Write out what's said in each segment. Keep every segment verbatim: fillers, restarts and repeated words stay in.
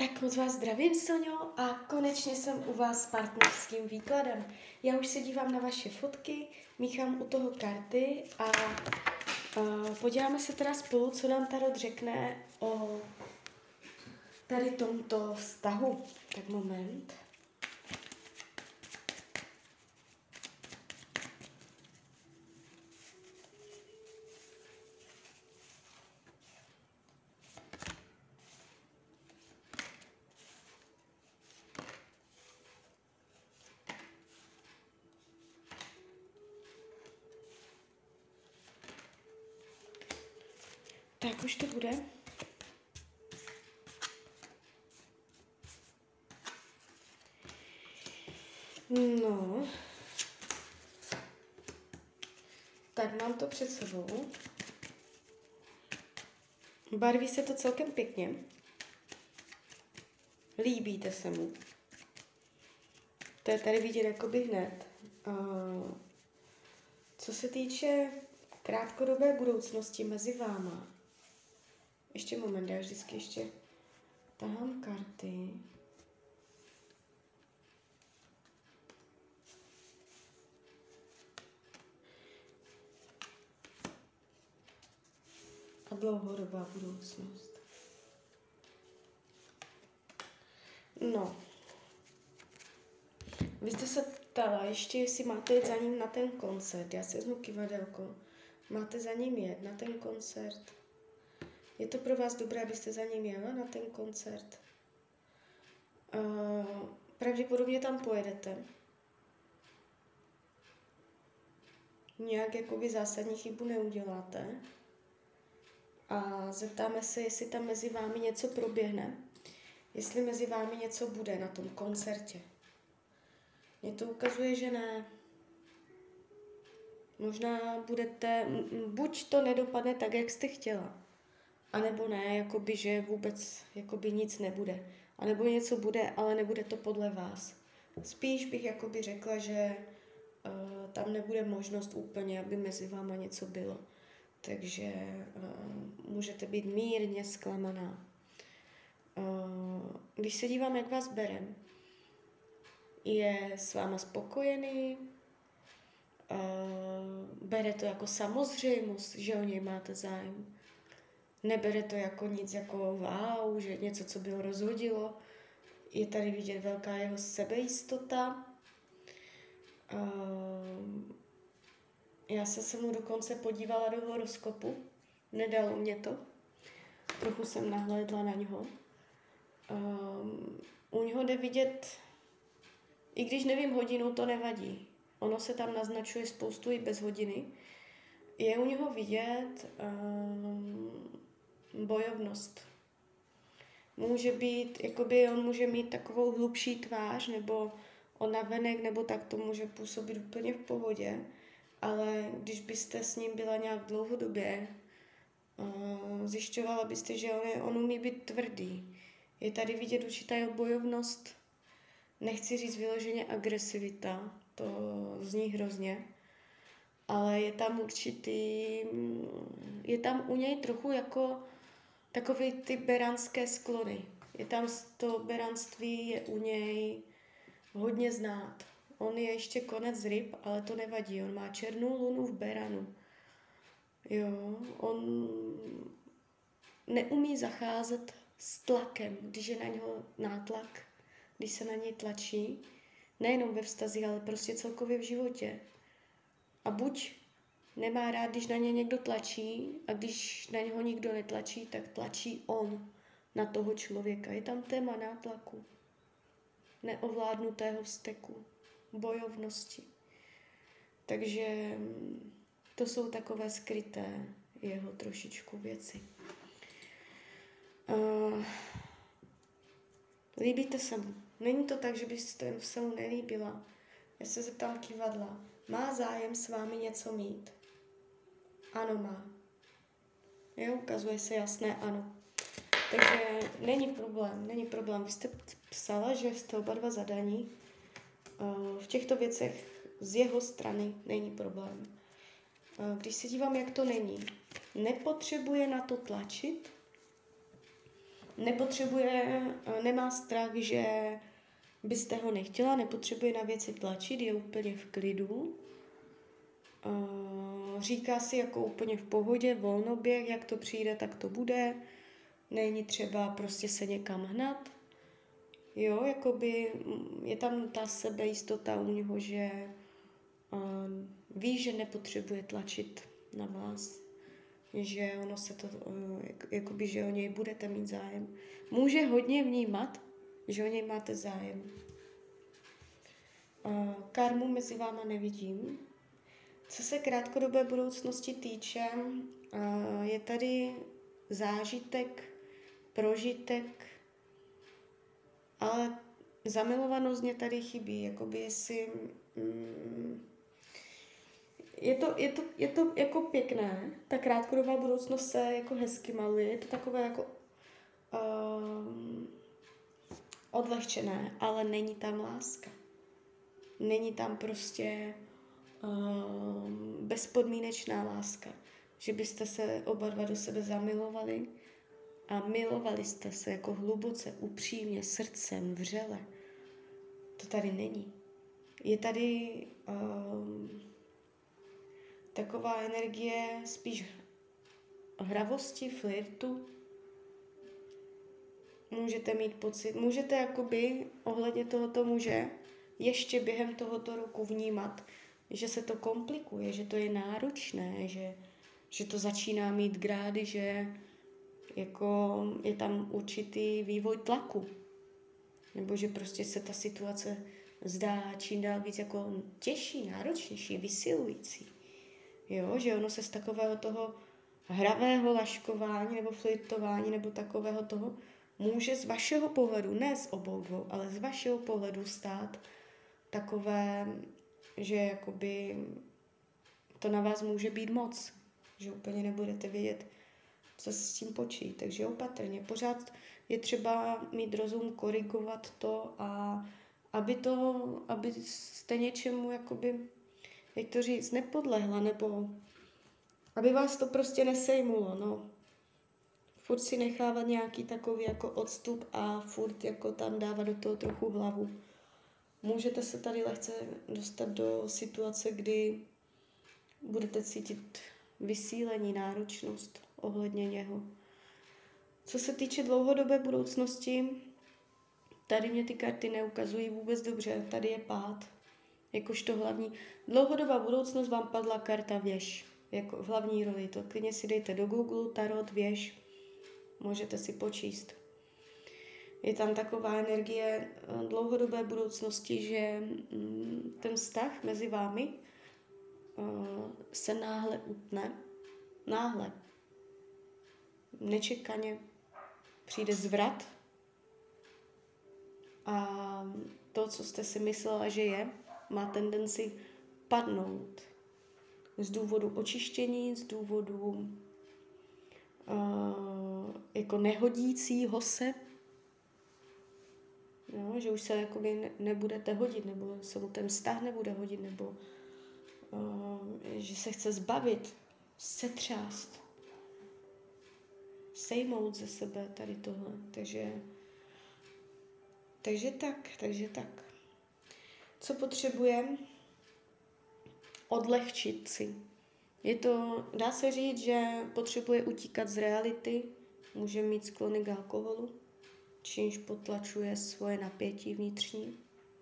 Tak moc vás zdravím, Soňo, a konečně jsem u vás s partnerským výkladem. Já už se dívám na vaše fotky, míchám u toho karty a, a podíváme se teda spolu, co nám Tarot řekne o tady tomto vztahu. Tak moment. Tak už to bude. No. Tak mám to před sebou. Barví se to celkem pěkně. Líbíte se mu. To je tady vidět jakoby hned. Uh, co se týče krátkodobé budoucnosti mezi váma, ještě moment, já vždycky ještě tahám karty. A dlouhodobá budoucnost. No. Vy jste se ptala ještě, jestli máte jít za ním na ten koncert. Já si vezmu kivadelko. Máte za ním jet na ten koncert? Je to pro vás dobré, abyste za ním jela na ten koncert? Uh, pravděpodobně tam pojedete. Nějak jakoby zásadní chybu neuděláte. A zeptáme se, jestli tam mezi vámi něco proběhne. Jestli mezi vámi něco bude na tom koncertě. Mně to ukazuje, že ne. Možná budete, buď to nedopadne tak, jak jste chtěla, anebo ne, jakoby, že vůbec jakoby nic nebude. A nebo něco bude, ale nebude to podle vás. Spíš bych jakoby řekla, že uh, tam nebude možnost úplně, aby mezi váma něco bylo. Takže uh, můžete být mírně zklamaná. Uh, když se dívám, jak vás berem, je s váma spokojený, uh, bere to jako samozřejmost, že o něj máte zájem. Nebere to jako nic jako wow, že něco, co by ho rozhodilo. Je tady vidět velká jeho sebejistota. Uh, já jsem se mu dokonce podívala do horoskopu. Nedalo mě to. Trochu jsem nahlédla na něho. Um, u něho jde vidět, i když nevím hodinu, to nevadí. Ono se tam naznačuje spoustu i bez hodiny. Je u něho vidět um, bojovnost. Může být, jakoby on může mít takovou hlubší tvář, nebo on navenek, nebo tak to může působit úplně v pohodě, ale když byste s ním byla nějak dlouhodobě, uh, zjišťovala byste, že on, je, on umí být tvrdý. Je tady vidět určitá jeho bojovnost, nechci říct vyloženě agresivita, to zní hrozně, ale je tam určitý, je tam u něj trochu jako takový ty beranské sklony. Je tam to beranství, je u něj hodně znát. On je ještě konec ryb, ale to nevadí, on má černou lunu v beranu. Jo, on neumí zacházet s tlakem, když je na něho nátlak, když se na něj tlačí, nejenom ve vztazích, ale prostě celkově v životě. A buď nemá rád, když na ně někdo tlačí, a když na něho nikdo netlačí, tak tlačí on na toho člověka. Je tam téma nátlaku, neovládnutého vzteku, bojovnosti. Takže to jsou takové skryté jeho trošičku věci. Uh, líbíte se mu? Není to tak, že byste se mu nelíbila. Já se zeptám kývadla. Má zájem s vámi něco mít? Ano, má. Jo, ukazuje se jasné ano. Takže není problém, není problém. Vy jste psala, že jste oba dva zadaní. Uh, v těchto věcech z jeho strany není problém. Uh, když se dívám, jak to není, nepotřebuje na to tlačit, Nepotřebuje, nemá strach, že byste ho nechtěla, nepotřebuje na věci tlačit, je úplně v klidu. Říká si jako úplně v pohodě, volnoběh, jak to přijde, tak to bude. Není třeba prostě se někam hnat. Jo, jakoby je tam ta sebejistota u něho, že um, ví, že nepotřebuje tlačit na vás. Že ono se to, uh, jak, jakoby, že o něj budete mít zájem. Může hodně vnímat, že o něj máte zájem. Uh, karmu mezi váma nevidím. Co se krátkodobé budoucnosti týče, uh, je tady zážitek, prožitek, ale zamilovanost mě tady chybí, jakoby jestli... Mm, je, to, je, to, je to jako pěkné, ta krátkodobá budoucnost se jako hezky maluje, je to takové jako um, odlehčené, ale není tam láska. Není tam prostě um, bezpodmínečná láska, že byste se oba dva do sebe zamilovali a milovali jste se jako hluboce, upřímně, srdcem, vřele. To tady není. Je tady um, taková energie spíš hravosti, flirtu. Můžete mít pocit, můžete jakoby ohledně tohoto muže ještě během tohoto roku vnímat, že se to komplikuje, že to je náročné, že, že to začíná mít grády, že jako je tam určitý vývoj tlaku. Nebo že prostě se ta situace zdá čím dál víc jako těžší, náročnější, vysilující. Jo, že ono se z takového toho hravého laškování nebo flirtování nebo takového toho může z vašeho pohledu, ne z obou dvou, ale z vašeho pohledu stát takové, že jakoby to na vás může být moc, že úplně nebudete vědět, co se s tím počít. Takže opatrně. Pořád je třeba mít rozum, korigovat to a aby to, aby jste něčemu jakoby, jak to říct, nepodlehla, nebo aby vás to prostě nesejmulo, no. Furt si nechávat nějaký takový jako odstup a furt jako tam dávat do toho trochu hlavu. Můžete se tady lehce dostat do situace, kdy budete cítit vysílení, náročnost ohledně něho. Co se týče dlouhodobé budoucnosti, tady mě ty karty neukazují vůbec dobře. Tady je pád, jakožto hlavní. Dlouhodobá budoucnost vám padla karta věž, jako v hlavní roli. To klidně si dejte do Google, tarot, věž, můžete si počíst. Je tam taková energie dlouhodobé budoucnosti, že ten vztah mezi vámi se náhle utne. Náhle. Nečekaně přijde zvrat a to, co jste si myslela, že je, má tendenci padnout. Z důvodu očištění, z důvodu uh, jako nehodícího se, jo, že už se jakoby ne, nebudete hodit, nebo se mu ten vztah nebude hodit, nebo uh, že se chce zbavit, setřást, sejmout ze sebe tady tohle. Takže, takže tak, takže tak. Co potřebujeme? Odlehčit si. Je to, dá se říct, že potřebuje utíkat z reality, může mít sklony k alkoholu, čímž potlačuje svoje napětí vnitřní.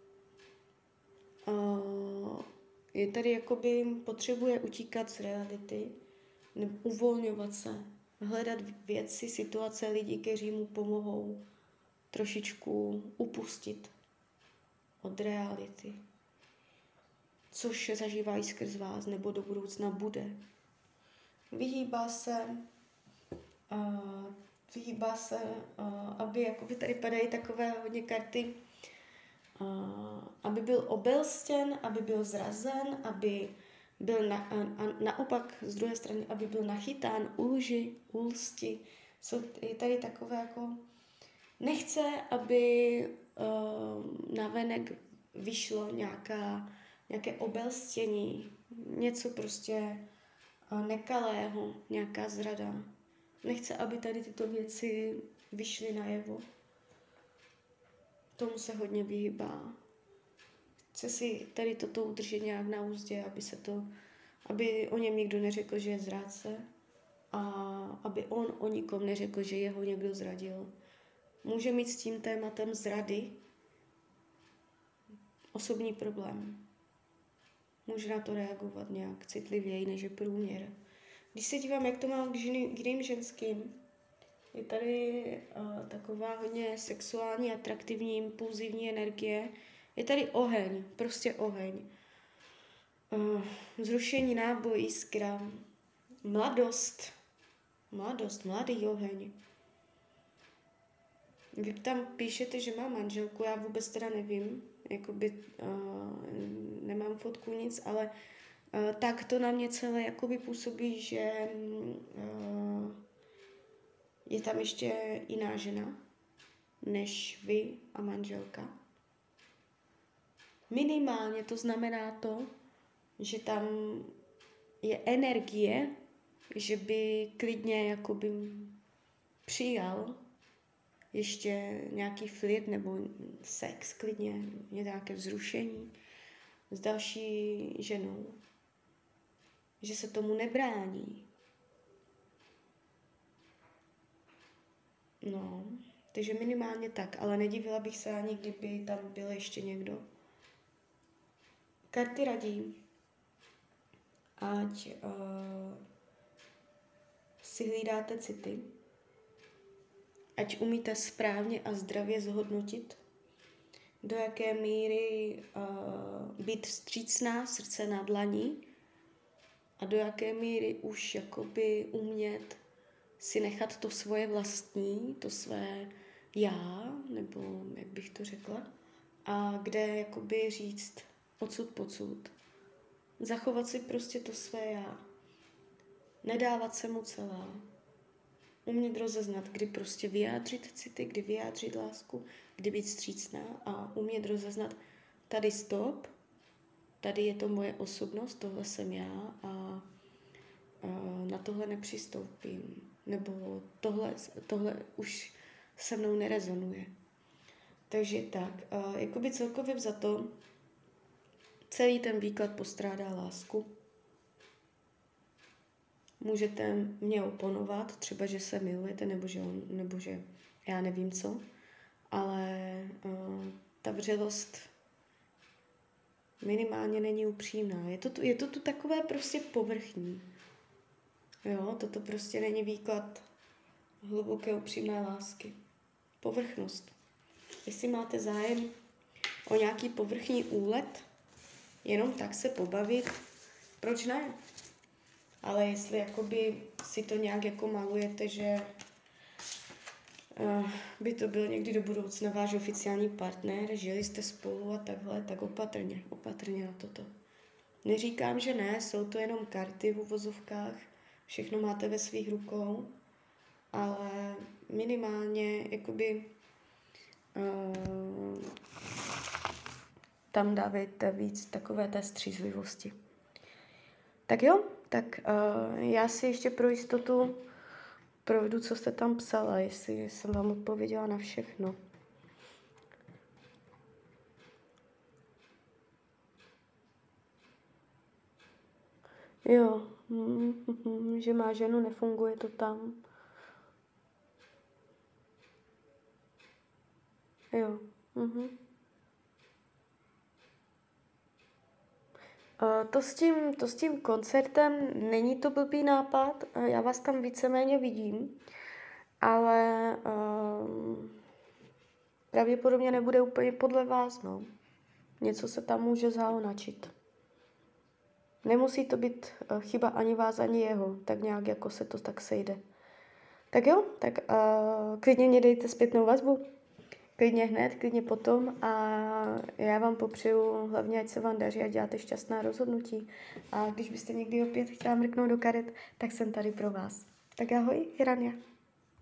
Je tady jakoby potřebuje utíkat z reality, nebo uvolňovat se, hledat věci, situace, lidi, kteří mu pomohou trošičku upustit od reality, což zažívá i skrz vás, nebo do budoucna bude. Vyhýbá se, uh, vyhýbá se, uh, aby, jakoby tady padají takové hodně karty, uh, aby byl obelstěn, aby byl zrazen, aby byl na, a, a naopak z druhé strany, aby byl nachytán u lži, u lsti. Jsou, je tady takové jako, nechce, aby uh, navenek vyšlo nějaká, nějaké obelstění, něco prostě uh, nekalého, nějaká zrada. Nechce, aby tady tyto věci vyšly najevo. Tomu se hodně vyhýbá. Chce si tady toto udržet nějak na úzdě, aby se to, aby o něm nikdo neřekl, že je zrádce a aby on o nikom neřekl, že jeho někdo zradil. Může mít s tím tématem zrady osobní problém. Může na to reagovat nějak citlivěji, než je průměr. Když se dívám, jak to mám k, ženy, k jiným ženským, je tady uh, taková hodně sexuální, atraktivní, impulzivní energie. Je tady oheň, prostě oheň. Uh, zrušení, náboj, jiskra, mladost, mladost, mladý oheň. Vy tam píšete, že má manželku, já vůbec teda nevím, jakoby uh, nemám fotku, nic, ale uh, tak to na mě celé jakoby působí, že uh, je tam ještě jiná žena, než vy a manželka. Minimálně to znamená to, že tam je energie, že by klidně jakoby přijal ještě nějaký flirt nebo sex, klidně nějaké vzrušení s další ženou. Že se tomu nebrání. No, takže minimálně tak, ale nedivila bych se ani, kdyby tam byl ještě někdo. Karty radí, ať uh, si hlídáte city, ať umíte správně a zdravě zhodnotit, do jaké míry uh, být vstřícná, srdce na dlani a do jaké míry už jakoby umět si nechat to svoje vlastní, to své já, nebo jak bych to řekla, a kde jakoby říct odsud pocud. Zachovat si prostě to své já. Nedávat se mu celá. Umět rozeznat, kdy prostě vyjádřit city, kdy vyjádřit lásku, kdy být vstřícná a umět rozeznat, tady stop, tady je to moje osobnost, tohle jsem já a, a na tohle nepřistoupím. Nebo tohle, tohle už se mnou nerezonuje. Takže tak, a jakoby celkově vzato, celý ten výklad postrádá lásku. Můžete mě oponovat, třeba, že se milujete, nebo že, on, nebo že já nevím co, ale uh, ta vřelost minimálně není upřímná. Je to, tu, je to tu takové prostě povrchní. Jo, toto prostě není výklad hluboké upřímné lásky. Povrchnost. Jestli máte zájem o nějaký povrchní úlet, jenom tak se pobavit, proč ne? Ale jestli jakoby si to nějak jako malujete, že uh, by to byl někdy do budoucna váš oficiální partner, žili jste spolu a takhle, tak opatrně, opatrně na toto. Neříkám, že ne, jsou to jenom karty v uvozovkách, všechno máte ve svých rukou, ale minimálně jakoby uh, tam dávejte víc takové té střízlivosti. Tak jo, tak uh, já si ještě pro jistotu projdu, co jste tam psala, jestli jsem vám odpověděla na všechno. Jo, mm, mm, že má ženu, nefunguje to tam. Jo, mhm. Uh, to, s tím, to s tím koncertem není to blbý nápad, uh, já vás tam víceméně vidím, ale uh, pravděpodobně nebude úplně podle vás, no. Něco se tam může zaonačit. Nemusí to být uh, chyba ani vás, ani jeho, tak nějak jako se to tak sejde. Tak jo, tak uh, klidně mě dejte zpětnou vazbu. Klidně hned, klidně potom a já vám popřeju hlavně, ať se vám daří a děláte šťastná rozhodnutí. A když byste někdy opět chtěla mrknout do karet, tak jsem tady pro vás. Tak ahoj, Rania.